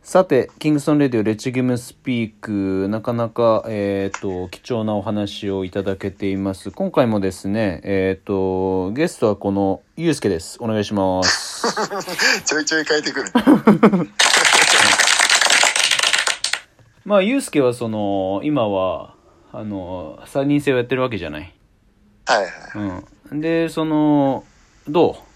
さて、キングストンレディオレッチゲームスピーク、なかなか、貴重なお話をいただけています。今回もですね、ゲストはこのゆうすけです。お願いします。 ちょいちょい変えてくる。 まあ、ゆうすけは今は、三人制をやってるわけじゃない。 はいはい。 うん。で、どう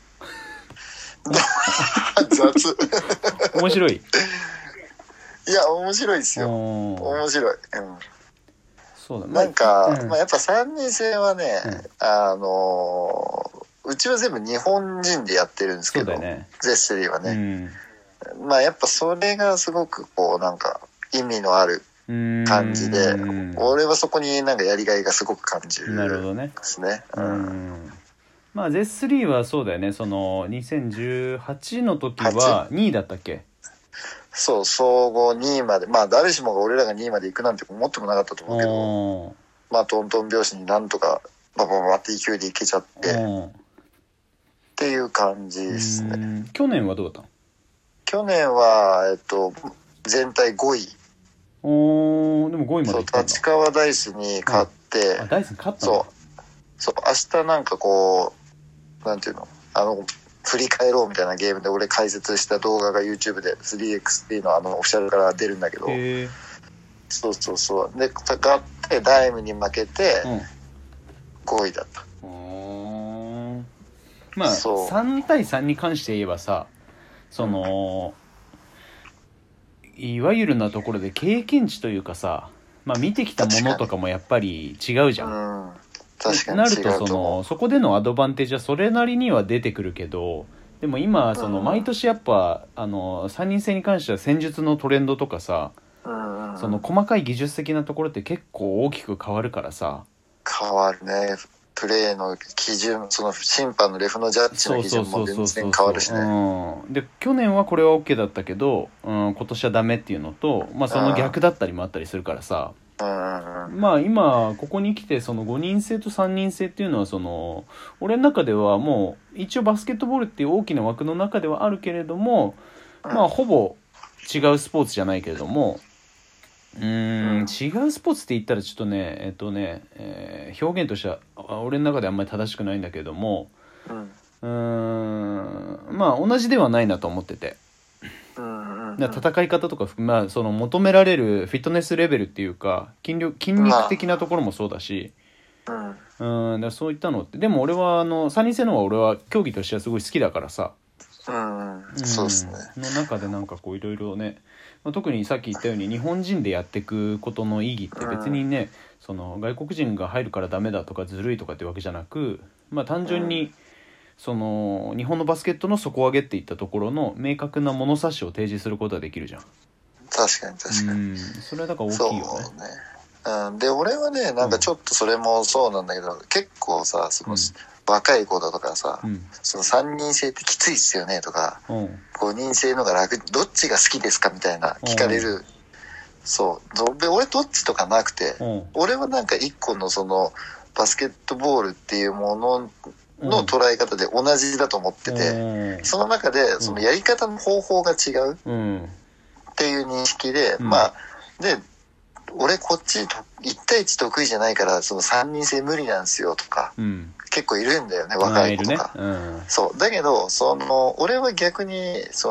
雑。 面白い。 いや、面白いですよ。面白い。 そうだね。 なんか、まあ、やっぱ三人制はね、うちは全部日本人でやってるんですけど、 ね、 ゼスリーはね。まあ、やっぱそれがすごくこう、なんか意味のある感じで、俺はそこになんかやりがいがすごく感じるですね。 まあ、ゼスリーはそうだよね。2018の時は2位だったっけ？ そう、総合2位まで、まあ誰しもが俺らが2位まで行くなんて思ってもなかったと思うけど、まあトントン拍子になんとかバババって勢いでいけちゃってっていう感じですね。 去年はどうだったの？ 去年は全体5位。 でも5位まで行ったんだ。 そう、立川ダイスに勝って、 ダイスに勝ったんだ。 そう明日なんかこうなんていうの振り返ろうみたいなゲームで俺解説した動画が YouTube で 3XP のオフィシャルから出るんだけど、そうで勝ってダイムに負けて5位だった。 まあ3対3に関して言えばさ、いわゆるなところで経験値というかさ、まあ見てきたものとかもやっぱり違うじゃん。 確かになるとそこでのアドバンテージはそれなりには出てくるけど、でも今毎年やっぱ3人制に関しては戦術のトレンドとかさ、細かい技術的なところって結構大きく変わるからさ。 変わるね。プレーの基準、審判のレフのジャッジの基準も全然変わるしね。 で去年はこれは OK だったけど、今年はダメっていうのと、まあその逆だったりもあったりするからさ。まあ今ここに来て5人制と3人制っていうのは俺の中ではもう一応バスケットボールっていう大きな枠の中ではあるけれども、まあほぼ違うスポーツじゃないけれども、違うスポーツって言ったらちょっとね表現としては俺の中であんまり正しくないんだけれども、まあ同じではないなと思ってて。戦い方とか、まあ、求められるフィットネスレベルっていうか筋肉的なところもそうだし、だそういったのって、でも俺は3人制の方は俺は競技としてはすごい好きだからさ、 そうですね。 の中でなんかこういろいろね、特にさっき言ったように日本人でやっていくことの意義って別にね、外国人が入るからダメだとかずるいとかってわけじゃなく、まあ単純に、日本のバスケットの底上げっていったところの明確な物差しを提示することができるじゃん。 確かに。 それはだから大きいよね。 そうね。で俺はねなんかちょっとそれもそうなんだけど、結構さ若い子だとかさ、3人制ってきついっすよねとか、5人制のが楽、どっちが好きですかみたいな聞かれる。で俺どっちとかなくて、俺はなんか一個のバスケットボールっていうものの捉え方で同じだと思ってて、その中でやり方の方法が違うっていう認識で、まあで俺こっち1対1得意じゃないから3人制無理なんですよとか、結構いるんだよね、若い子とか。そうだけど俺は逆に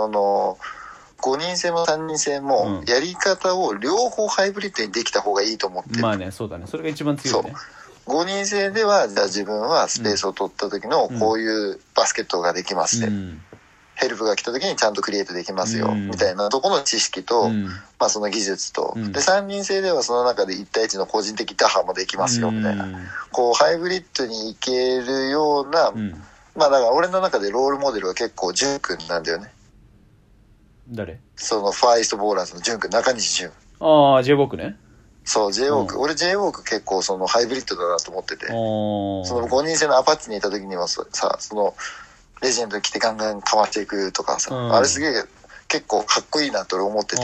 5人制も3人制もやり方を両方ハイブリッドにできた方がいいと思ってる。 まあね、そうだね、それが一番強いね。 5人制ではじゃあ自分はスペースを取った時のこういうバスケットができますね、ヘルプが来た時にちゃんとクリエイトできますよ、みたいなところの知識と、まあその技術と、で3人制ではその中で1対1の個人的打破もできますよみたいな、こうハイブリッドにいけるような、まあだから俺の中でロールモデルは結構潤くんなんだよね。 誰？ ファーイストボーラーズの潤くん、中西潤。 J ボークね。 そう J ウォーク、俺 J ウォーク結構ハイブリッドだなと思ってて、5人制のアパッチにいた時にはさレジェンド来てガンガン変わっていくとかさ、あれすげえ結構かっこいいなと俺思ってて、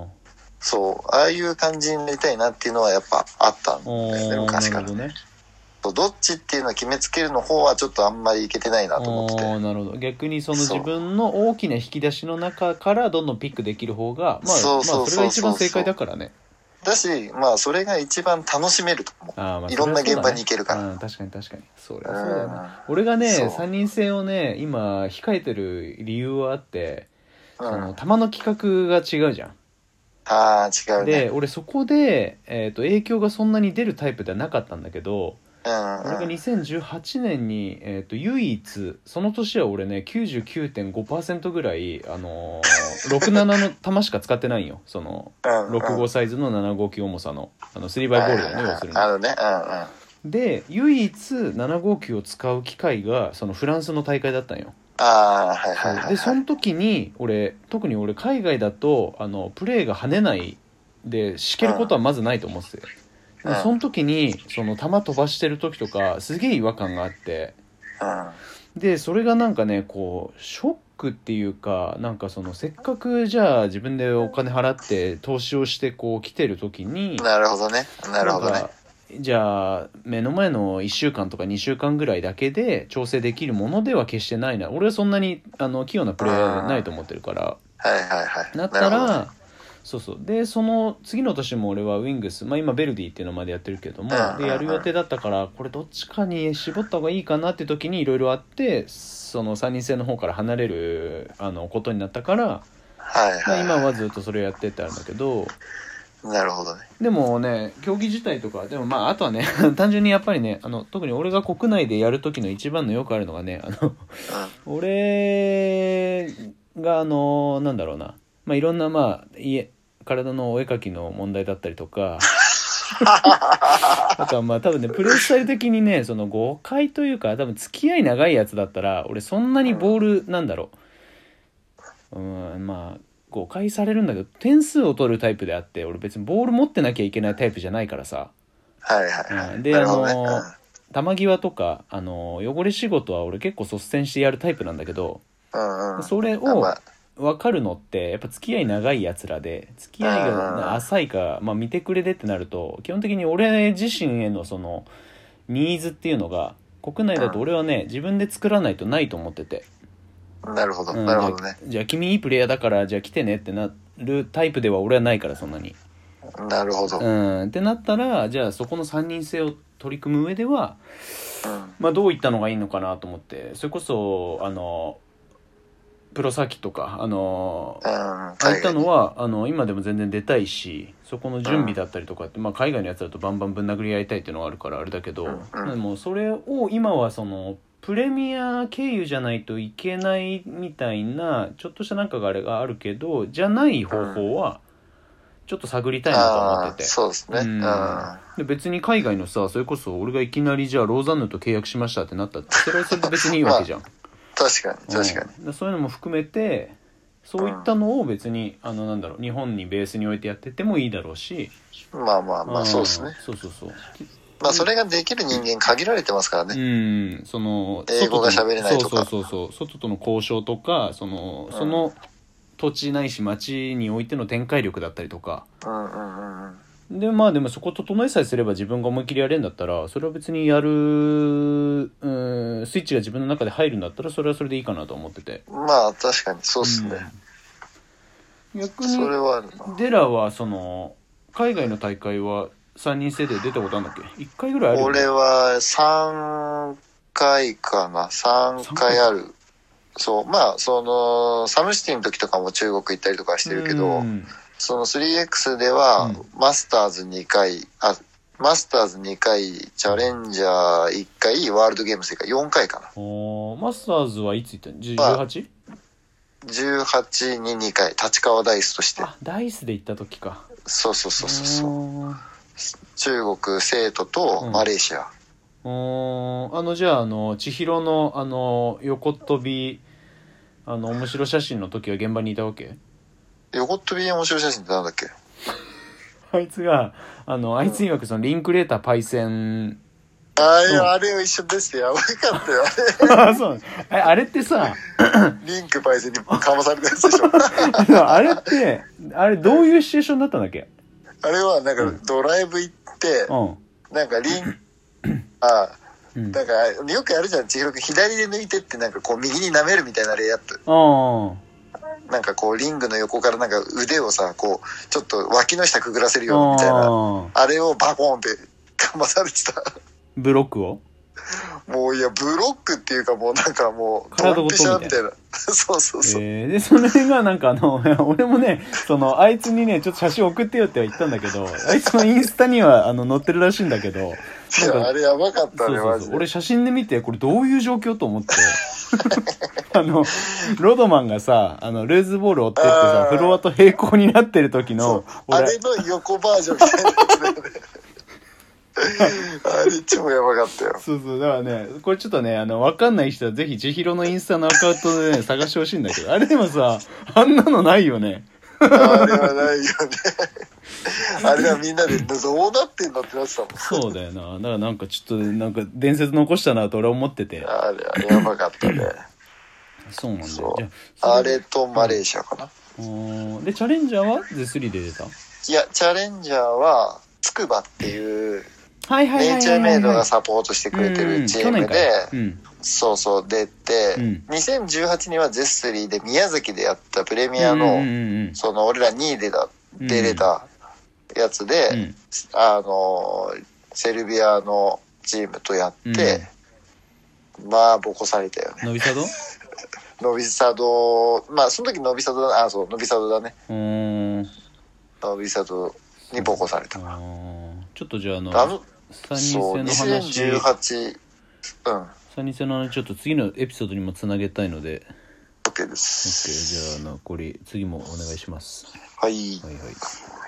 ああいう感じになりたいなっていうのはやっぱあったんだよね、昔から。 どっちっていうのを決めつけるの方はちょっとあんまりいけてないなと思ってて。 なるほど。逆にその自分の大きな引き出しの中からどんどんピックできる方が、まあそれが一番正解だからね。 だし、まあそれが一番楽しめると思う。いろんな現場に行けるから。 確かに確かに。そりゃそうだよな。俺がね、3人制をね、今控えてる理由はあって、その球の企画が違うじゃん。 違うね。 で、俺そこで、影響がそんなに出るタイプではなかったんだけど、俺が2018年に、唯一その年は俺ね 99.5% ぐらい67の球しか使ってないんよ。その65サイズの759重さの3倍ボールだよね、要するに。で唯一759を使う機会がそのフランスの大会だったんよ。でその時に特に俺海外だとプレーが跳ねないでしけることはまずないと思ってて、その時にその球飛ばしてる時とかすげえ違和感があって、でそれがなんかねこうショックっていうか、なんかそのせっかくじゃあ自分でお金払って投資をしてこう来てる時に、 なるほどねじゃあ目の前の1週間とか2週間ぐらいだけで調整できるものでは決してないな。俺はそんなに器用なプレーないと思ってるから、だったらそうでその次の年も俺はウィングス、今ベルディっていうのまでやってるけども、でやる予定だったから、これどっちかに絞った方がいいかなって時にいろいろあって、その3人制の方から離れることになったから、今はずっとそれをやってってあるんだけど。 なるほどね。 でもね、競技自体とかでもあとはね単純にやっぱりね特に俺が国内でやる時の一番のよくあるのがね俺がなんだろうな、いろんな体のお絵描きの問題だったりとかあとは多分ねプレースタイル的にねその誤解というか、多分付き合い長いやつだったら俺そんなにボールなんだろう、誤解されるんだけど点数を取るタイプであって、俺別にボール持ってなきゃいけないタイプじゃないからさ。で球際とか汚れ仕事は俺結構率先してやるタイプなんだけど、それを分かるのってやっぱ付き合い長いやつらで、付き合いが浅いか、見てくれでってなると、基本的に俺自身へのそのニーズっていうのが国内だと俺はね自分で作らないとないと思ってて。 なるほどね。 じゃあ君いいプレイヤーだからじゃあ来てねってなるタイプでは俺はないから、そんなに。 なるほど。 ってなったら、じゃあそこの3人制を取り組む上では、どういったのがいいのかなと思って、それこそプロサーキットかああいったのは今でも全然出たいし、そこの準備だったりとかって、海外のやつだとバンバンぶん殴り合いたいっていうのがあるからあれだけど、でもそれを今はそのプレミア経由じゃないといけないみたいなちょっとしたなんかがあれがあるけど、じゃない方法はちょっと探りたいなと思ってて。 そうですね。 で別に海外のさ、それこそ俺がいきなりじゃあローザンヌと契約しましたってなったって、それはそれで別にいいわけじゃん。 確かに。 そういうのも含めて、そういったのを別になんだろう、日本にベースに置いてやっててもいいだろうし。 そうですね。 そう。 それができる人間限られてますからね。 その英語が喋れないとか。 そう。外との交渉とか、その土地ないし町においての展開力だったりとか。ででもそこ整えさえすれば自分が思いっきりやれるんだったら、それは別にやるスイッチが自分の中で入るんだったらそれはそれでいいかなと思ってて。 確かにそうっすね。 逆にデラはその海外の大会は3人制で出たことあるんだっけ？1回ぐらいあるよね。 俺は3回かな。3回ある。そう、そのサムシティの時とかも中国行ったりとかしてるけど、その 3X ではマスターズ2回、チャレンジャー1回、ワールドゲームス1回、4回かな。 マスターズはいつ行ったの？ 18？18 に2回、立川ダイスとして。 ダイスで行った時か。 そう。中国、生徒とマレーシア。 じゃあ千尋の横跳び面白写真の時は現場にいたわけ？ 横跳び面白写真ってなんだっけ？ あいつがあいつ曰くそのリンクレーターパイセン、 あれ一緒ですよ。やばかったよあれ。 そうあれってさリンクパイセンにかまされたやつでしょあれってどういうシチュエーションだったんだっけ？ あれはなんかドライブ行って、なんかリンああ、なんかよくやるじゃん、千尋くん左で抜いてってなんかこう右に舐めるみたいなレイアップ。なんかこうリングの横からなんか腕をさ、こうちょっと脇の下くぐらせるようみたいな、あれをバコーンってかまされてた。 ブロックをもういやブロックっていうかもうなんかもうドンピシャみたいな。そうそうそう。 でそれがなんか俺もねあいつにねちょっと写真送ってよって言ったんだけど、あいつのインスタには載ってるらしいんだけど、 なんかあれやばかったね。 そうマジで。俺写真で見てこれどういう状況と思ってロドマンがさルーズボール追ってってさフロアと平行になってる時のあれの横バージョンみたいなやつだよね。あれ超やばかったよ。 そうだからねこれちょっとねわかんない人はぜひ千尋のインスタのアカウントでね探してほしいんだけど、あれでもさあんなのないよね。 あれはないよね。あれはみんなでどうなってんだってなってたもん。 そうだよな。だからなんかちょっとなんか伝説残したなと俺は思ってて、 あれやばかったね。 そうなんだよ。 あれとマレーシアかな。 でチャレンジャーはゼ3で出た？ いやチャレンジャーはつくばっていうネイチャーメイドがサポートしてくれてるチームで、そう出て、2018年はゼスリーで宮崎でやったプレミアの、その俺ら2位で出れたやつで、セルビアのチームとやって、まあボコされたよね。 ノビサドノビサド、まあその時ノビサドだ、そうノビサドだね。ノビサドにボコされた。 ちょっとじゃあ3人制の話、 2018、 3人制の話ちょっと次のエピソードにもつなげたいので OK です。 OK、 じゃあ残り次もお願いします。 はい。 はいはい。